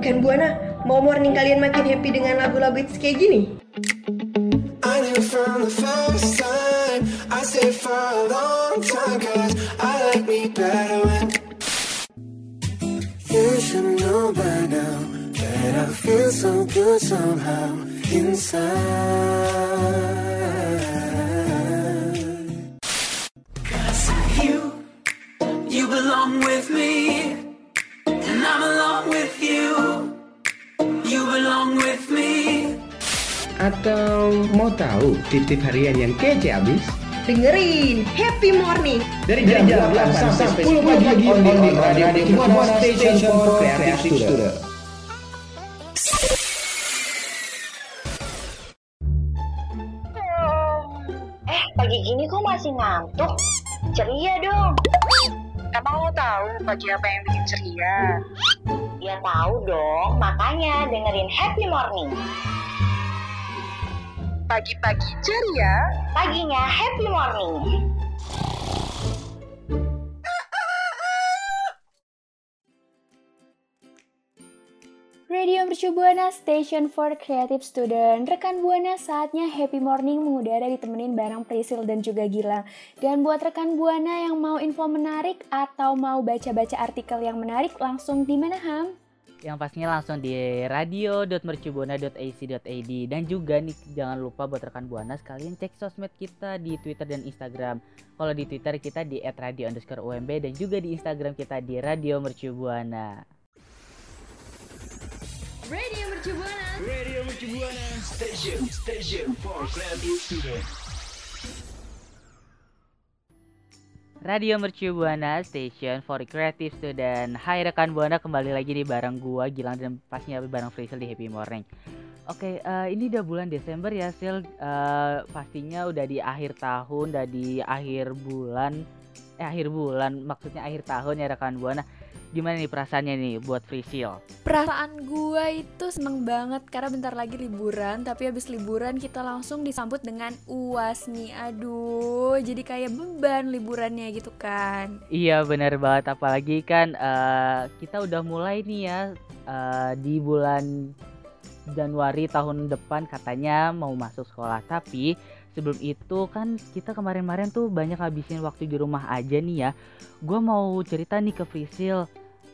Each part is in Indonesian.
Rekan Buana, mau morning kalian makin happy dengan lagu-lagu hits kayak gini? I knew from the first time, I stayed for a long time, cause I like me better when you should know by now that I feel so good somehow inside. Cause you belong with me, and I'm along with you. You belong with me. Atau mau tahu tip-tip harian yang kece abis? Dengerin Happy Morning Dari jam 8 sampai 10 pagi on Radio Buana Station for Creative Student. Pagi gini kok masih ngantuk? Ceria dong. Emang lo tahu pagi apa yang bikin ceria? Ya tahu dong, makanya dengerin Happy Morning. Pagi-pagi ceria, Paginya Happy Morning. Radio Mercu Buana Station for Creative Student. Rekan Buana, saatnya Happy Morning mengudara ditemenin bareng Prisil dan juga Gilang. Dan buat rekan Buana yang mau info menarik atau mau baca-baca artikel yang menarik, langsung di mana, Ham? Yang pastinya langsung di radio.mercubuana.ac.id. Dan juga nih jangan lupa buat rekan Buana sekalian cek sosmed kita di Twitter dan Instagram. Kalau di Twitter kita di @radio_umb dan juga di Instagram kita di Radio Mercubuana. Radio Mercu Buana. Radio Mercu Buana Station for Creative Student. Radio Mercu Buana Station for Creative Student. Hai rekan Buana, kembali lagi di bareng gua Gilang dan pastinya bareng Faisal di Happy Morning. Oke, ini udah bulan Desember ya, Sil. Pastinya udah di akhir tahun, udah di akhir bulan, maksudnya akhir tahun ya rekan Buana. Gimana nih perasaannya nih buat Frisil? Perasaan gue itu seneng banget karena bentar lagi liburan. Tapi habis liburan kita langsung disambut dengan UAS nih. Aduh, jadi kayak beban liburannya gitu kan. Iya benar banget, apalagi kan kita udah mulai nih ya di bulan Januari tahun depan katanya mau masuk sekolah. Tapi sebelum itu kan kita kemarin-kemarin tuh banyak habisin waktu di rumah aja nih ya. Gue mau cerita nih ke Frisil.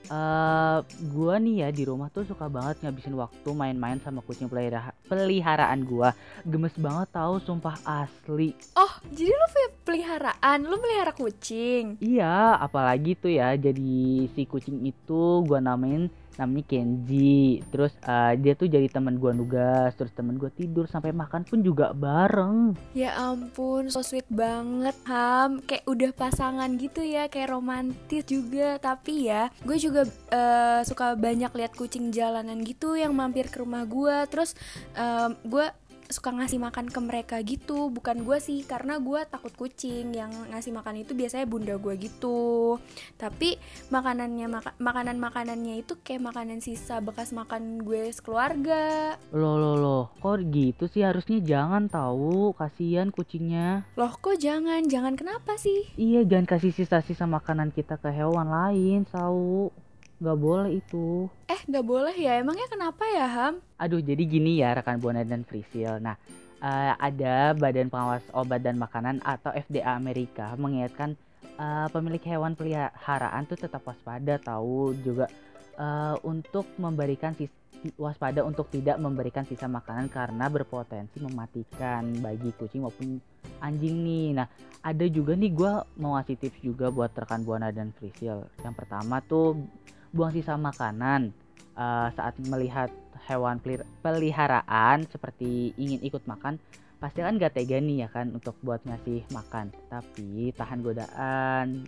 Gue nih ya di rumah tuh suka banget ngabisin waktu main-main sama kucing peliharaan gue. Gemes banget tahu, sumpah asli. Oh, jadi lu punya peliharaan? Lu pelihara kucing? Iya, apalagi tuh ya, jadi si kucing itu gue namanya Kenji. Terus dia tuh jadi teman gue nugas, terus teman gue tidur sampai makan pun juga bareng. Ya ampun, so sweet banget, Ham. Kayak udah pasangan gitu ya, kayak romantis juga. Tapi ya, gue juga suka banyak lihat kucing jalanan gitu yang mampir ke rumah gue. Terus gue suka ngasih makan ke mereka gitu. Bukan gue sih, karena gue takut kucing. Yang ngasih makan itu biasanya bunda gue gitu. Tapi makanannya itu kayak makanan sisa bekas makan gue sekeluarga. Loh, kok gitu sih? Harusnya jangan tahu, kasihan kucingnya. Loh kok jangan kenapa sih? Iya, jangan kasih sisa-sisa makanan kita ke hewan lain, tahu? Gak boleh itu. Gak boleh ya? Emangnya kenapa ya, Ham? Aduh, jadi gini ya rekan Buana dan Frisil. Nah, ada Badan Pengawas Obat dan Makanan atau FDA Amerika mengingatkan pemilik hewan peliharaan tuh tetap waspada, tahu juga untuk memberikan waspada untuk tidak memberikan sisa makanan karena berpotensi mematikan bagi kucing maupun anjing nih. Nah, ada juga nih gue mau ngasih tips juga buat rekan Buana dan Frisil. Yang pertama tuh buang sisa makanan saat melihat hewan peliharaan seperti ingin ikut makan. Pasti kan gak tega nih ya kan untuk buat ngasih makan, tapi tahan godaan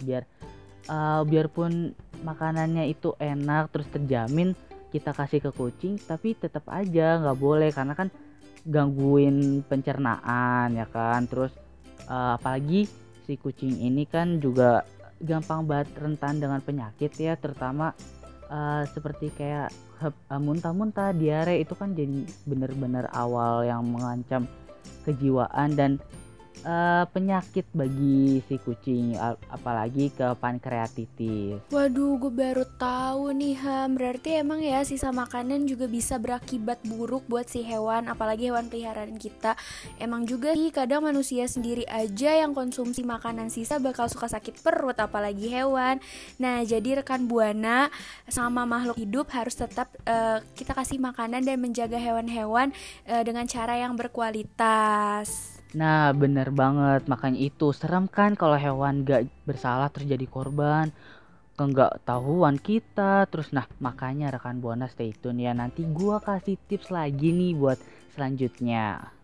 biarpun makanannya itu enak terus terjamin kita kasih ke kucing, tapi tetap aja nggak boleh karena kan gangguin pencernaan ya kan. Terus apalagi si kucing ini kan juga gampang banget rentan dengan penyakit ya, terutama seperti kayak muntah-muntah, diare. Itu kan jadi bener-bener awal yang mengancam kejiwaan dan penyakit bagi si kucing, apalagi ke pankreatitis. Waduh, gue baru tahu nih Ham. Berarti emang ya sisa makanan juga bisa berakibat buruk buat si hewan, apalagi hewan peliharaan kita. Emang juga sih kadang manusia sendiri aja yang konsumsi makanan sisa bakal suka sakit perut, apalagi hewan. Nah, jadi rekan Buana sama makhluk hidup harus tetap kita kasih makanan dan menjaga hewan-hewan dengan cara yang berkualitas. Nah, bener banget. Makanya itu serem kan kalau hewan gak bersalah terus jadi korban, nggak tahuan kita. Terus nah, makanya rekan Buana stay tune ya. Nanti gua kasih tips lagi nih buat selanjutnya.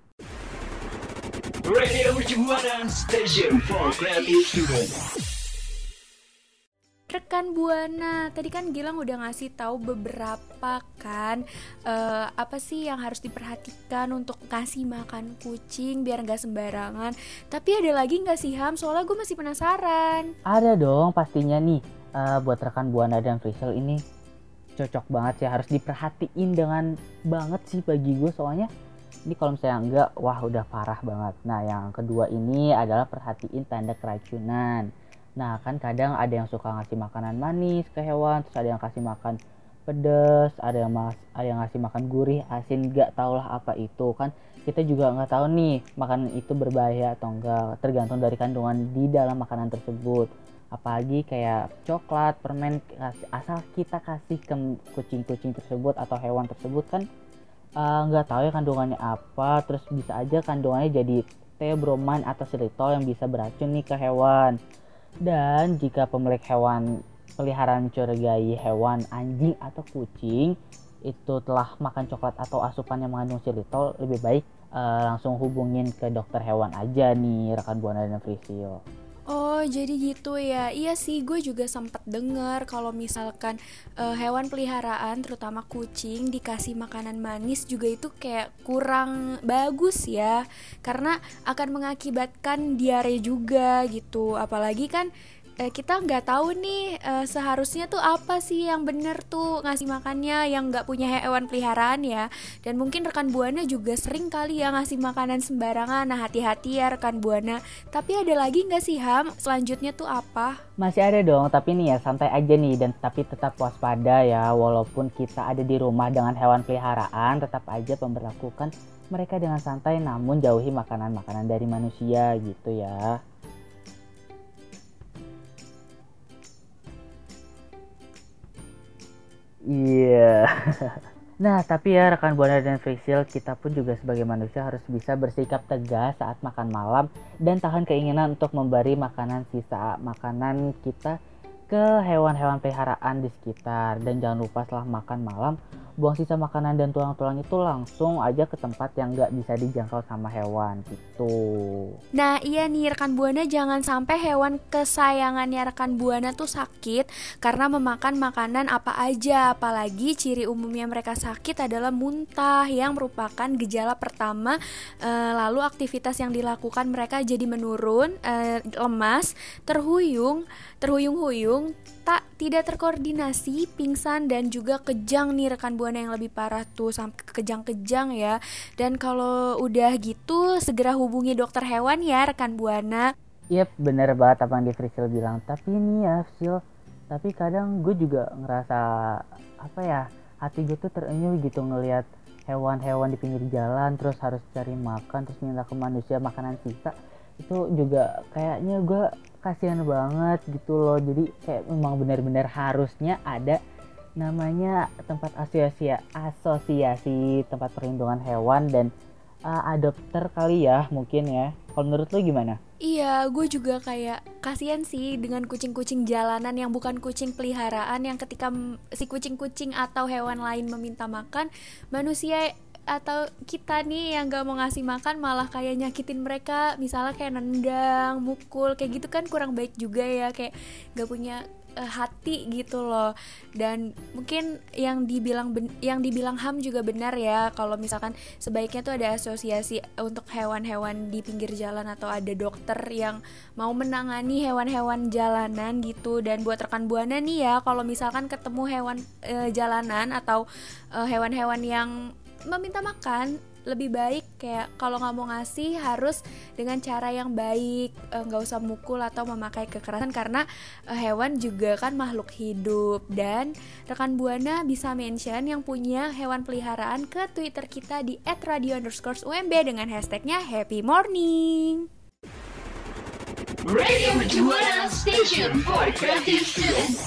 Radio Mercubuana Station for Creative Student. Rekan Buana, tadi kan Gilang udah ngasih tahu beberapa kan apa sih yang harus diperhatikan untuk kasih makan kucing biar nggak sembarangan. Tapi ada lagi nggak sih Ham? Soalnya gue masih penasaran. Ada dong pastinya nih. Buat rekan Buana dan Frisil ini cocok banget sih, harus diperhatiin dengan banget sih bagi gue, soalnya ini kalau misalnya enggak, wah udah parah banget. Nah, yang kedua ini adalah perhatiin tanda keracunan. Nah, kan kadang ada yang suka ngasih makanan manis ke hewan, terus ada yang kasih makan pedas, ada yang ngasih makan gurih, asin, gak tau lah apa itu. Kan kita juga gak tahu nih makanan itu berbahaya atau enggak, tergantung dari kandungan di dalam makanan tersebut. Apalagi kayak coklat, permen, asal kita kasih ke kucing-kucing tersebut atau hewan tersebut kan nggak tahu ya kandungannya apa, terus bisa aja kandungannya jadi theobromine atau xylitol yang bisa beracun nih ke hewan. Dan jika pemilik hewan peliharaan mencurigai hewan anjing atau kucing itu telah makan coklat atau asupan yang mengandung xylitol, lebih baik langsung hubungin ke dokter hewan aja nih rekan Buana dan Frisil. Oh, jadi gitu ya. Iya sih, gue juga sempat dengar kalau misalkan hewan peliharaan terutama kucing dikasih makanan manis juga itu kayak kurang bagus ya, karena akan mengakibatkan diare juga gitu. Apalagi kan kita nggak tahu nih seharusnya tuh apa sih yang bener tuh ngasih makannya yang nggak punya hewan peliharaan ya. Dan mungkin rekan Buana juga sering kali ya ngasih makanan sembarangan. Nah, hati-hati ya rekan Buana. Tapi ada lagi nggak sih Ham? Selanjutnya tuh apa? Masih ada dong, tapi nih ya santai aja nih, dan tapi tetap waspada ya. Walaupun kita ada di rumah dengan hewan peliharaan, tetap aja memperlakukan mereka dengan santai, namun jauhi makanan-makanan dari manusia gitu ya. Iya. Nah, tapi ya rekan Buana dan Frisil, kita pun juga sebagai manusia harus bisa bersikap tegas saat makan malam dan tahan keinginan untuk memberi makanan sisa makanan kita ke hewan-hewan peliharaan di sekitar. Dan jangan lupa setelah makan malam, buang sisa makanan dan tulang-tulang itu langsung aja ke tempat yang gak bisa dijangkau sama hewan gitu. Nah iya nih rekan Buana, jangan sampai hewan kesayangannya rekan Buana tuh sakit karena memakan makanan apa aja. Apalagi ciri umumnya mereka sakit adalah muntah yang merupakan gejala pertama. Lalu aktivitas yang dilakukan mereka jadi menurun, lemas, terhuyung-huyung, tidak terkoordinasi, pingsan, dan juga kejang nih rekan Buana, yang lebih parah tuh sampai kejang-kejang ya. Dan kalau udah gitu segera hubungi dokter hewan ya rekan Buana. Yep, bener banget apa yang di Frisil bilang. Tapi ini ya Frisil, tapi kadang gue juga ngerasa apa ya, hati gue tuh terenyuh gitu ngelihat hewan-hewan di pinggir jalan terus harus cari makan, terus minta ke manusia makanan sisa. Itu juga kayaknya gue kasihan banget gitu loh. Jadi kayak memang benar-benar harusnya ada namanya tempat asosiasi tempat perlindungan hewan dan adopter kali ya mungkin ya. Kalau menurut lo gimana? Iya, gue juga kayak kasihan sih dengan kucing-kucing jalanan yang bukan kucing peliharaan, yang ketika si kucing-kucing atau hewan lain meminta makan, manusia atau kita nih yang gak mau ngasih makan malah kayak nyakitin mereka, misalnya kayak nendang, mukul, kayak gitu kan kurang baik juga ya, kayak gak punya hati gitu loh. Dan mungkin yang dibilang Ham juga benar ya, kalau misalkan sebaiknya tuh ada asosiasi untuk hewan-hewan di pinggir jalan atau ada dokter yang mau menangani hewan-hewan jalanan gitu. Dan buat rekan Buana nih ya, kalau misalkan ketemu hewan jalanan atau hewan-hewan yang meminta makan, lebih baik kayak kalau nggak mau ngasih harus dengan cara yang baik, nggak usah mukul atau memakai kekerasan karena hewan juga kan makhluk hidup. Dan rekan Buana bisa mention yang punya hewan peliharaan ke Twitter kita di @radio_UMB dengan hashtagnya Happy Morning. Radio Mercubuana Station for Creative Students.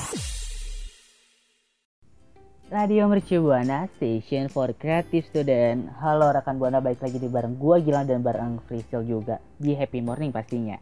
Radio Mercubuana Station for Creative Student. Halo rekan Buana, balik lagi di bareng gua Gilang dan bareng Frisil juga di Happy Morning pastinya.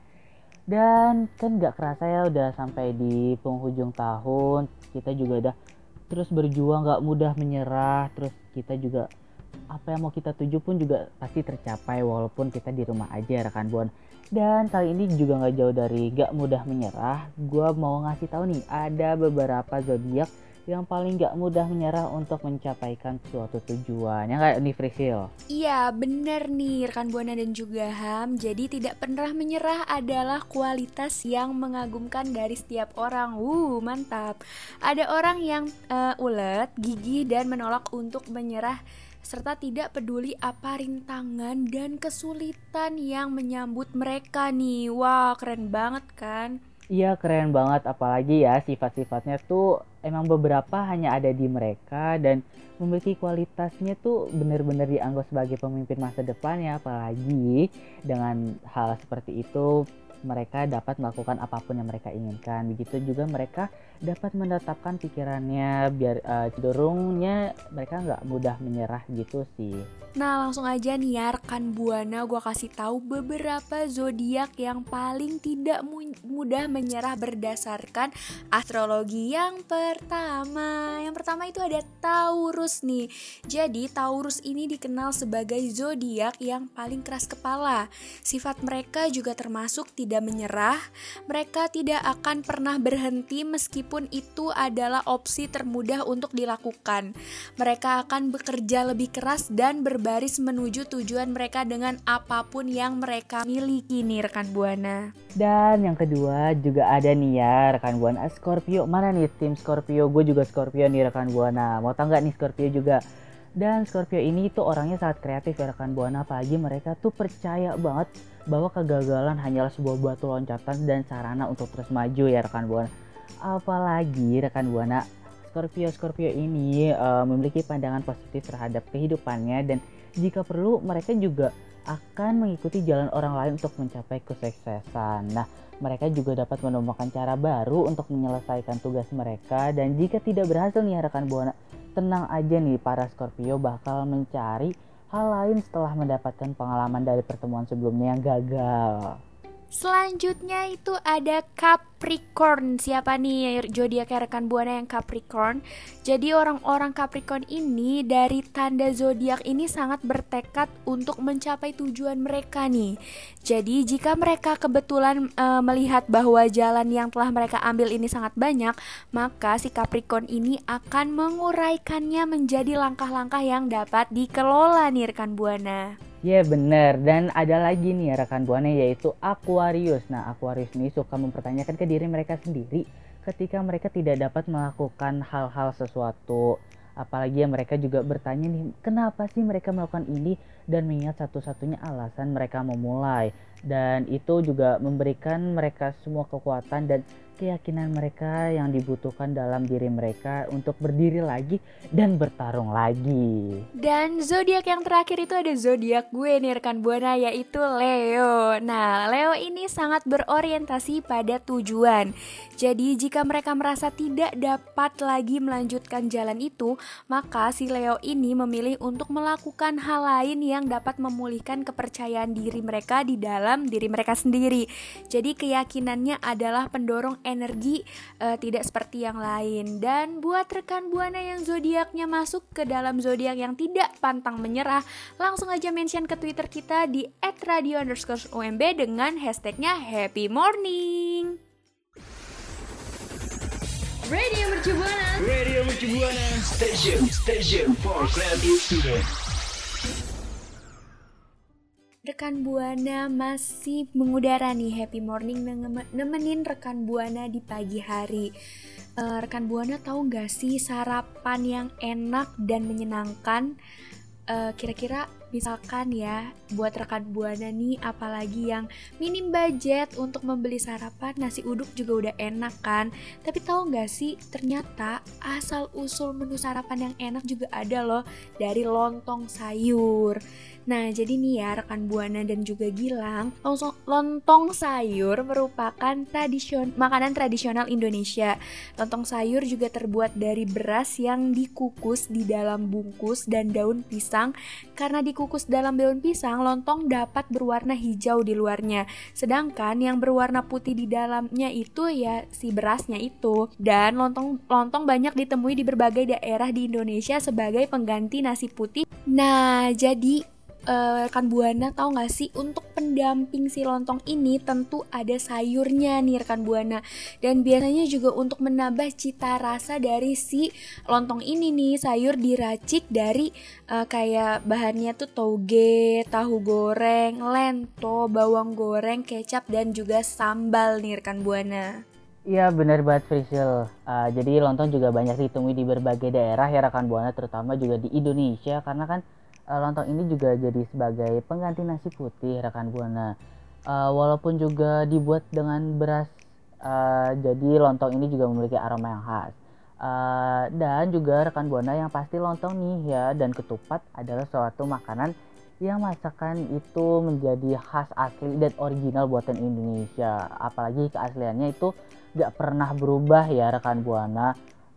Dan kan gak kerasa ya udah sampai di penghujung tahun. Kita juga udah terus berjuang, gak mudah menyerah. Terus kita juga apa yang mau kita tuju pun juga pasti tercapai walaupun kita di rumah aja rekan Buana. Dan kali ini juga gak jauh dari gak mudah menyerah. Gua mau ngasih tahu nih, ada beberapa zodiak yang paling gak mudah menyerah untuk mencapaikan suatu tujuan. Ya gak nih Frisil? Iya bener nih rekan Buana dan juga Ham. Jadi tidak pernah menyerah adalah kualitas yang mengagumkan dari setiap orang. Mantap. Ada orang yang ulet, gigih dan menolak untuk menyerah serta tidak peduli apa rintangan dan kesulitan yang menyambut mereka nih. Wah, keren banget kan? Iya keren banget, apalagi ya sifat-sifatnya tuh emang beberapa hanya ada di mereka dan memiliki kualitasnya tuh benar-benar dianggap sebagai pemimpin masa depan ya. Apalagi dengan hal seperti itu mereka dapat melakukan apapun yang mereka inginkan. Begitu juga mereka dapat menetapkan pikirannya biar cenderungnya mereka nggak mudah menyerah gitu sih. Nah langsung aja nih ya rekan Buana, gue kasih tahu beberapa zodiak yang paling tidak mudah menyerah berdasarkan astrologi. Yang pertama itu ada Taurus nih. Jadi Taurus ini dikenal sebagai zodiak yang paling keras kepala. Sifat mereka juga termasuk tidak menyerah. Mereka tidak akan pernah berhenti meskipun itu adalah opsi termudah untuk dilakukan. Mereka akan bekerja lebih keras dan berbaris menuju tujuan mereka dengan apapun yang mereka miliki nih rekan Buana. Dan yang kedua juga ada nih ya rekan Buana, Scorpio. Mana nih tim Scorpio? Gue juga Scorpio nih rekan Buana. Mau tau gak nih Scorpio juga? Dan Scorpio ini tuh orangnya sangat kreatif ya rekan Buana. Apalagi mereka tuh percaya banget bahwa kegagalan hanyalah sebuah batu loncatan dan sarana untuk terus maju ya rekan Buana. Apalagi rekan Buana, Scorpio ini memiliki pandangan positif terhadap kehidupannya dan jika perlu mereka juga akan mengikuti jalan orang lain untuk mencapai kesuksesan. Nah, mereka juga dapat menemukan cara baru untuk menyelesaikan tugas mereka dan jika tidak berhasil nih rekan Buana, tenang aja nih para Scorpio bakal mencari hal lain setelah mendapatkan pengalaman dari pertemuan sebelumnya yang gagal. Selanjutnya itu ada Capricorn. Siapa nih zodiak rekan Buana yang Capricorn? Jadi orang-orang Capricorn ini dari tanda zodiak ini sangat bertekad untuk mencapai tujuan mereka nih. Jadi jika mereka kebetulan melihat bahwa jalan yang telah mereka ambil ini sangat banyak, maka si Capricorn ini akan menguraikannya menjadi langkah-langkah yang dapat dikelola nih rekan Buana. Ya bener, dan ada lagi nih rekan Buana yaitu Aquarius. Nah Aquarius ini suka mempertanyakan ke diri mereka sendiri ketika mereka tidak dapat melakukan hal-hal sesuatu. Apalagi mereka juga bertanya nih, kenapa sih mereka melakukan ini dan mengingat satu-satunya alasan mereka memulai. Dan itu juga memberikan mereka semua kekuatan dan keyakinan mereka yang dibutuhkan dalam diri mereka untuk berdiri lagi dan bertarung lagi. Dan zodiak yang terakhir itu ada zodiak gue nih rekan Buana yaitu Leo. Nah, Leo ini sangat berorientasi pada tujuan. Jadi jika mereka merasa tidak dapat lagi melanjutkan jalan itu, maka si Leo ini memilih untuk melakukan hal lain yang dapat memulihkan kepercayaan diri mereka di dalam diri mereka sendiri. Jadi keyakinannya adalah pendorong energi, tidak seperti yang lain. Dan buat rekan Buana yang zodiaknya masuk ke dalam zodiak yang tidak pantang menyerah, langsung aja mention ke Twitter kita di @radio_UMB dengan hashtagnya Happy Morning. Radio Mercubuana Station for Creative Students. Rekan Buana masih mengudara nih Happy Morning nemenin rekan Buana di pagi hari. Rekan Buana tahu gak sih sarapan yang enak dan menyenangkan? Kira-kira misalkan ya buat rekan Buana nih, apalagi yang minim budget untuk membeli sarapan, nasi uduk juga udah enak kan. Tapi tahu nggak sih, ternyata asal usul menu sarapan yang enak juga ada loh, dari lontong sayur. Nah, jadi nih ya rekan Buana dan juga Gilang, lontong sayur merupakan makanan tradisional Indonesia. Lontong sayur juga terbuat dari beras yang dikukus di dalam bungkus dan daun pisang. Karena dikukus dalam daun pisang, lontong dapat berwarna hijau di luarnya. Sedangkan yang berwarna putih di dalamnya itu ya si berasnya itu. Dan lontong banyak ditemui di berbagai daerah di Indonesia sebagai pengganti nasi putih. Nah, jadi rekan Buana tahu gak sih, untuk pendamping si lontong ini tentu ada sayurnya nih rekan Buana. Dan biasanya juga untuk menambah cita rasa dari si lontong ini nih, sayur diracik dari kayak bahannya tuh toge, tahu goreng, lento, bawang goreng, kecap, dan juga sambal nih rekan Buana. Iya benar banget Frisil. Jadi lontong juga banyak ditemui di berbagai daerah ya rekan Buana, terutama juga di Indonesia, karena kan lontong ini juga jadi sebagai pengganti nasi putih rekan Buana. Walaupun juga dibuat dengan beras, jadi lontong ini juga memiliki aroma yang khas. Dan juga rekan Buana yang pasti lontong nih ya dan ketupat adalah suatu makanan yang masakan itu menjadi khas asli dan original buatan Indonesia. Apalagi keasliannya itu gak pernah berubah ya rekan Buana.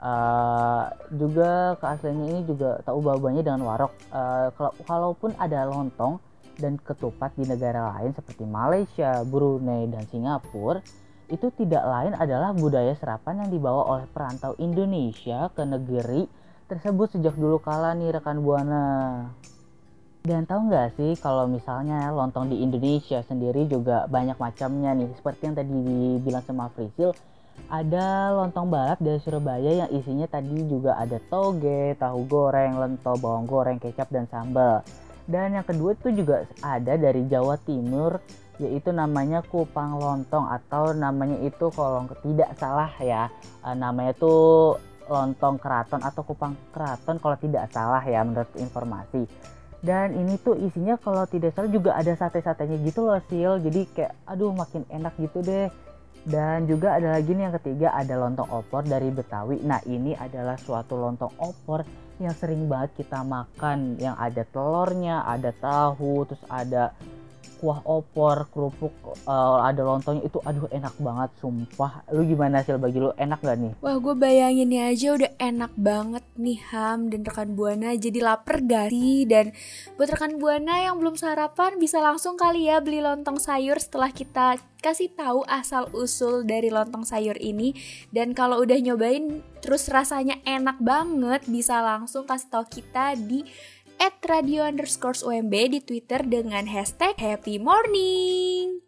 Juga keasliannya ini juga tak ubah-ubahnya dengan warok. Kalaupun ada lontong dan ketupat di negara lain seperti Malaysia, Brunei, dan Singapura, itu tidak lain adalah budaya serapan yang dibawa oleh perantau Indonesia ke negeri tersebut sejak dulu kala nih rekan Buana. Dan tahu nggak sih kalau misalnya lontong di Indonesia sendiri juga banyak macamnya nih, seperti yang tadi dibilang sama Frisil. Ada lontong balap dari Surabaya yang isinya tadi juga ada toge, tahu goreng, lento, bawang goreng, kecap, dan sambal. Dan yang kedua itu juga ada dari Jawa Timur, yaitu namanya kupang lontong, atau namanya itu kalau tidak salah ya, namanya itu lontong keraton atau kupang keraton kalau tidak salah ya menurut informasi. Dan ini tuh isinya kalau tidak salah juga ada sate-satenya gitu loh Sil, jadi kayak aduh makin enak gitu deh. Dan juga ada lagi nih yang ketiga, ada lontong opor dari Betawi. Nah ini adalah suatu lontong opor yang sering banget kita makan, yang ada telurnya, ada tahu, terus ada kuah opor, kerupuk, ada lontongnya, itu aduh enak banget sumpah. Lu gimana Sil, bagi lu enak gak nih? Wah, gue bayanginnya aja udah enak banget nih Ham dan rekan Buana, jadi lapar gak sih? Dan buat rekan Buana yang belum sarapan bisa langsung kali ya beli lontong sayur setelah kita kasih tahu asal usul dari lontong sayur ini. Dan kalau udah nyobain terus rasanya enak banget, bisa langsung kasih tahu kita di @radio_UMB di Twitter dengan hashtag Happy Morning.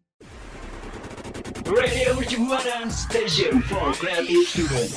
Radio Mercu Buana, Station for Creative Student.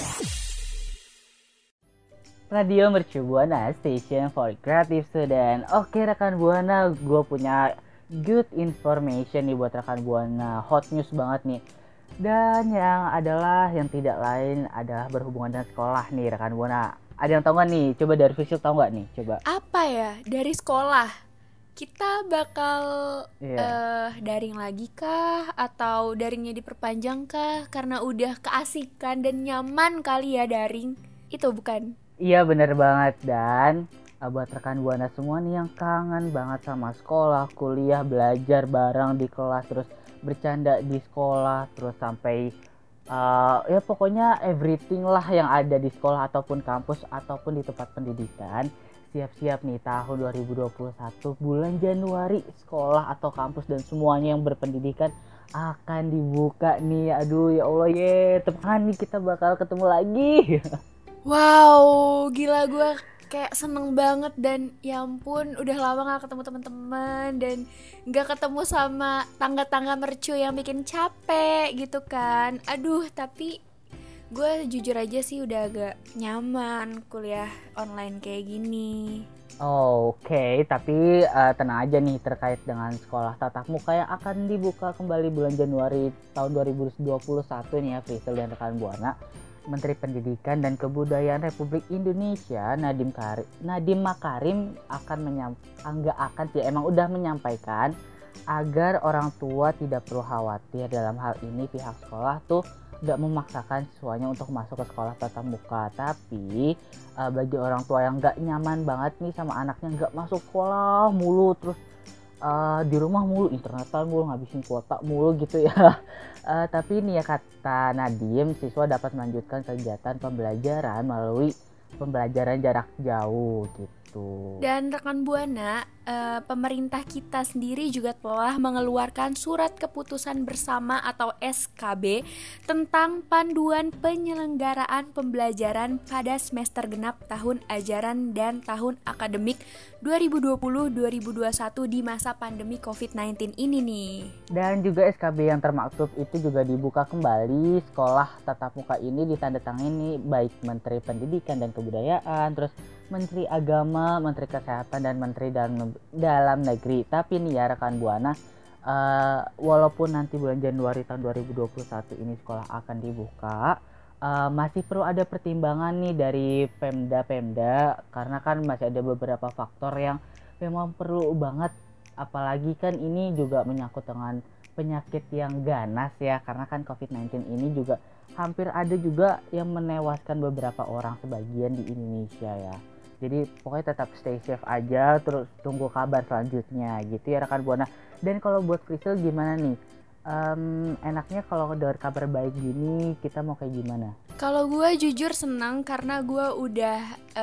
Radio Mercu Buana, Station for Creative Student. Oke rekan Buana, gue punya good information nih buat rekan Buana, hot news banget nih. Dan yang tidak lain adalah berhubungan dengan sekolah nih rekan Buana. Ada yang tahu nggak nih? Coba dari Frisil tahu nggak nih? Coba. Apa ya? Dari sekolah kita bakal daring lagi kah? Atau daringnya diperpanjang kah? Karena udah keasikan dan nyaman kali ya daring. Itu bukan? Iya bener banget. Dan buat rekan Buana semua nih yang kangen banget sama sekolah, kuliah, belajar bareng di kelas, terus bercanda di sekolah, terus sampai ya pokoknya everything lah yang ada di sekolah ataupun kampus ataupun di tempat pendidikan. Siap-siap nih tahun 2021 bulan Januari, sekolah atau kampus dan semuanya yang berpendidikan akan dibuka nih. Aduh ya Allah tepuk tangan nih, kita bakal ketemu lagi. Wow, gila, gue kayak seneng banget. Dan ya ampun, udah lama gak ketemu teman-teman dan gak ketemu sama tangga-tangga mercu yang bikin capek gitu kan. Aduh, tapi gue jujur aja sih udah agak nyaman kuliah online kayak gini. Oke, tapi tenang aja nih terkait dengan sekolah tatap muka yang akan dibuka kembali bulan Januari tahun 2021 nih ya Frisil dan rekan Buana. Menteri Pendidikan dan Kebudayaan Republik Indonesia Nadiem Makarim udah menyampaikan agar orang tua tidak perlu khawatir. Dalam hal ini pihak sekolah tuh gak memaksakan siswanya untuk masuk ke sekolah tatap muka. Tapi bagi orang tua yang gak nyaman banget nih sama anaknya gak masuk sekolah mulu, terus di rumah mulu, internetan mulu, ngabisin kuota mulu gitu ya. Tapi nih ya, kata Nadiem, siswa dapat melanjutkan kegiatan pembelajaran melalui pembelajaran jarak jauh gitu. Dan rekan Buana, pemerintah kita sendiri juga telah mengeluarkan surat keputusan bersama atau SKB tentang panduan penyelenggaraan pembelajaran pada semester genap tahun ajaran dan tahun akademik 2020-2021 di masa pandemi COVID-19 ini nih. Dan juga SKB yang termaktub itu juga dibuka kembali. Sekolah tatap muka ini ditandatangani baik Menteri Pendidikan dan Kebudayaan, terus Menteri Agama, Menteri Kesehatan, dan Menteri Dalam Negeri. Tapi nih ya rekan Buana, walaupun nanti bulan Januari tahun 2021 ini sekolah akan dibuka, masih perlu ada pertimbangan nih dari Pemda, karena kan masih ada beberapa faktor yang memang perlu banget, apalagi kan ini juga menyangkut dengan penyakit yang ganas ya, karena kan COVID-19 ini juga hampir ada juga yang menewaskan beberapa orang sebagian di Indonesia ya. Jadi pokoknya tetap stay safe aja, terus tunggu kabar selanjutnya gitu ya rekan Buana. Dan kalau buat Priscil gimana nih? Enaknya kalau dengar kabar baik gini kita mau kayak gimana? Kalau gue jujur senang karena gue udah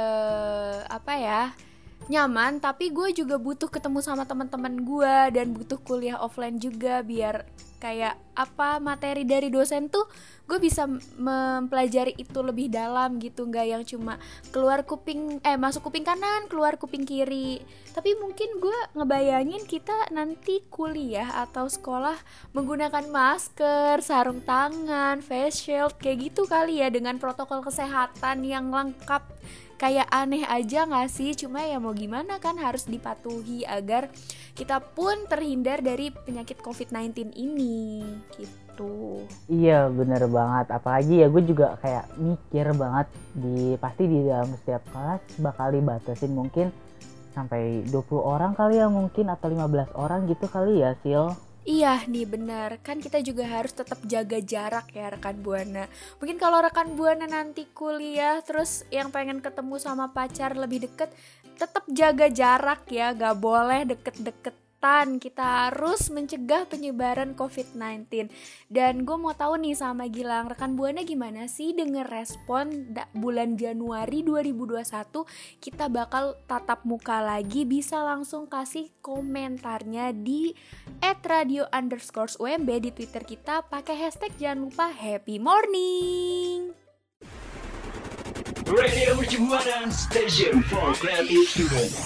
nyaman, tapi gue juga butuh ketemu sama teman-teman gue dan butuh kuliah offline juga biar kayak materi dari dosen tuh gue bisa mempelajari itu lebih dalam gitu, nggak yang cuma masuk kuping kanan keluar kuping kiri. Tapi mungkin gue ngebayangin kita nanti kuliah atau sekolah menggunakan masker, sarung tangan, face shield kayak gitu kali ya, dengan protokol kesehatan yang lengkap. Kayak aneh aja gak sih? Cuma ya mau gimana kan, harus dipatuhi agar kita pun terhindar dari penyakit COVID-19 ini gitu. Iya bener banget, apalagi ya gue juga kayak mikir banget pasti di dalam setiap kelas bakal dibatasin mungkin sampai 20 orang kali ya mungkin, atau 15 orang gitu kali ya Sil. Iya nih benar, kan kita juga harus tetap jaga jarak ya rekan Buana. Mungkin kalau rekan Buana nanti kuliah terus yang pengen ketemu sama pacar lebih deket, tetap jaga jarak ya, gak boleh deket-deketan. Kita harus mencegah penyebaran COVID-19. Dan gue mau tahu nih sama Gilang, rekan Buana gimana sih denger respon bulan Januari 2021 kita bakal tatap muka lagi? Bisa langsung kasih komentarnya di @radio_UMB di Twitter kita, pakai hashtag jangan lupa Happy Morning. Radio Mercu Buana, Station for Creative Students.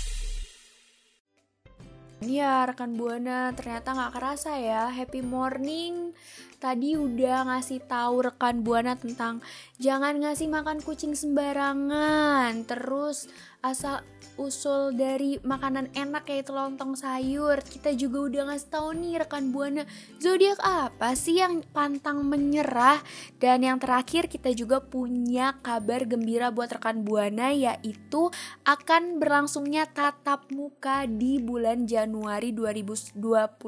Ya rekan Buana, ternyata gak kerasa ya Happy Morning tadi udah ngasih tahu rekan Buana tentang jangan ngasih makan kucing sembarangan, terus asal usul dari makanan enak yaitu lontong sayur. Kita juga udah ngasih tahu nih rekan Buana zodiak apa sih yang pantang menyerah. Dan yang terakhir kita juga punya kabar gembira buat rekan Buana, yaitu akan berlangsungnya tatap muka di bulan Januari 2021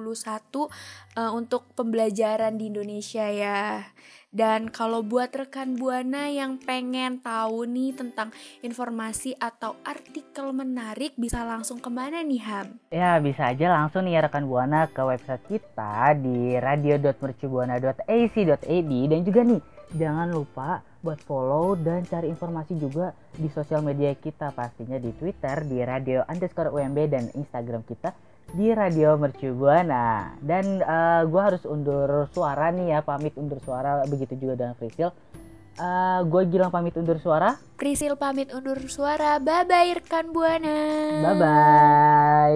untuk pembelajaran di Indonesia ya. Dan kalau buat rekan Buana yang pengen tahu nih tentang informasi atau artikel menarik, bisa langsung kemana nih Ham? Ya bisa aja langsung nih ya rekan Buana ke website kita di radio.mercubuana.ac.id. Dan juga nih jangan lupa buat follow dan cari informasi juga di sosial media kita, pastinya di Twitter di radio_UMB dan Instagram kita di Radio Mercu Buana. Dan gue harus undur suara nih ya, pamit undur suara, begitu juga dengan Priscil. Gue Gilang pamit undur suara, Priscil pamit undur suara. Bye bye rekan Buana. Bye bye.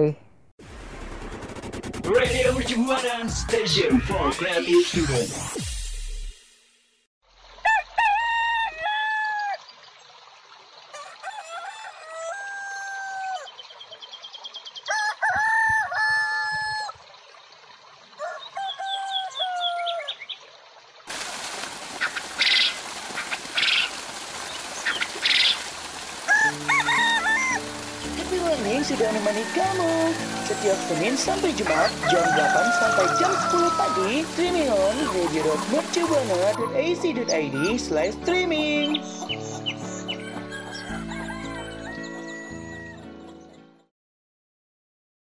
Radio Mercu Buana, Station for Creative Students. sudah menemani kamu setiap Senin sampai Jumat jam 8 sampai jam 10 pagi. Streaming on radio.mercubuana.ac.id/streaming.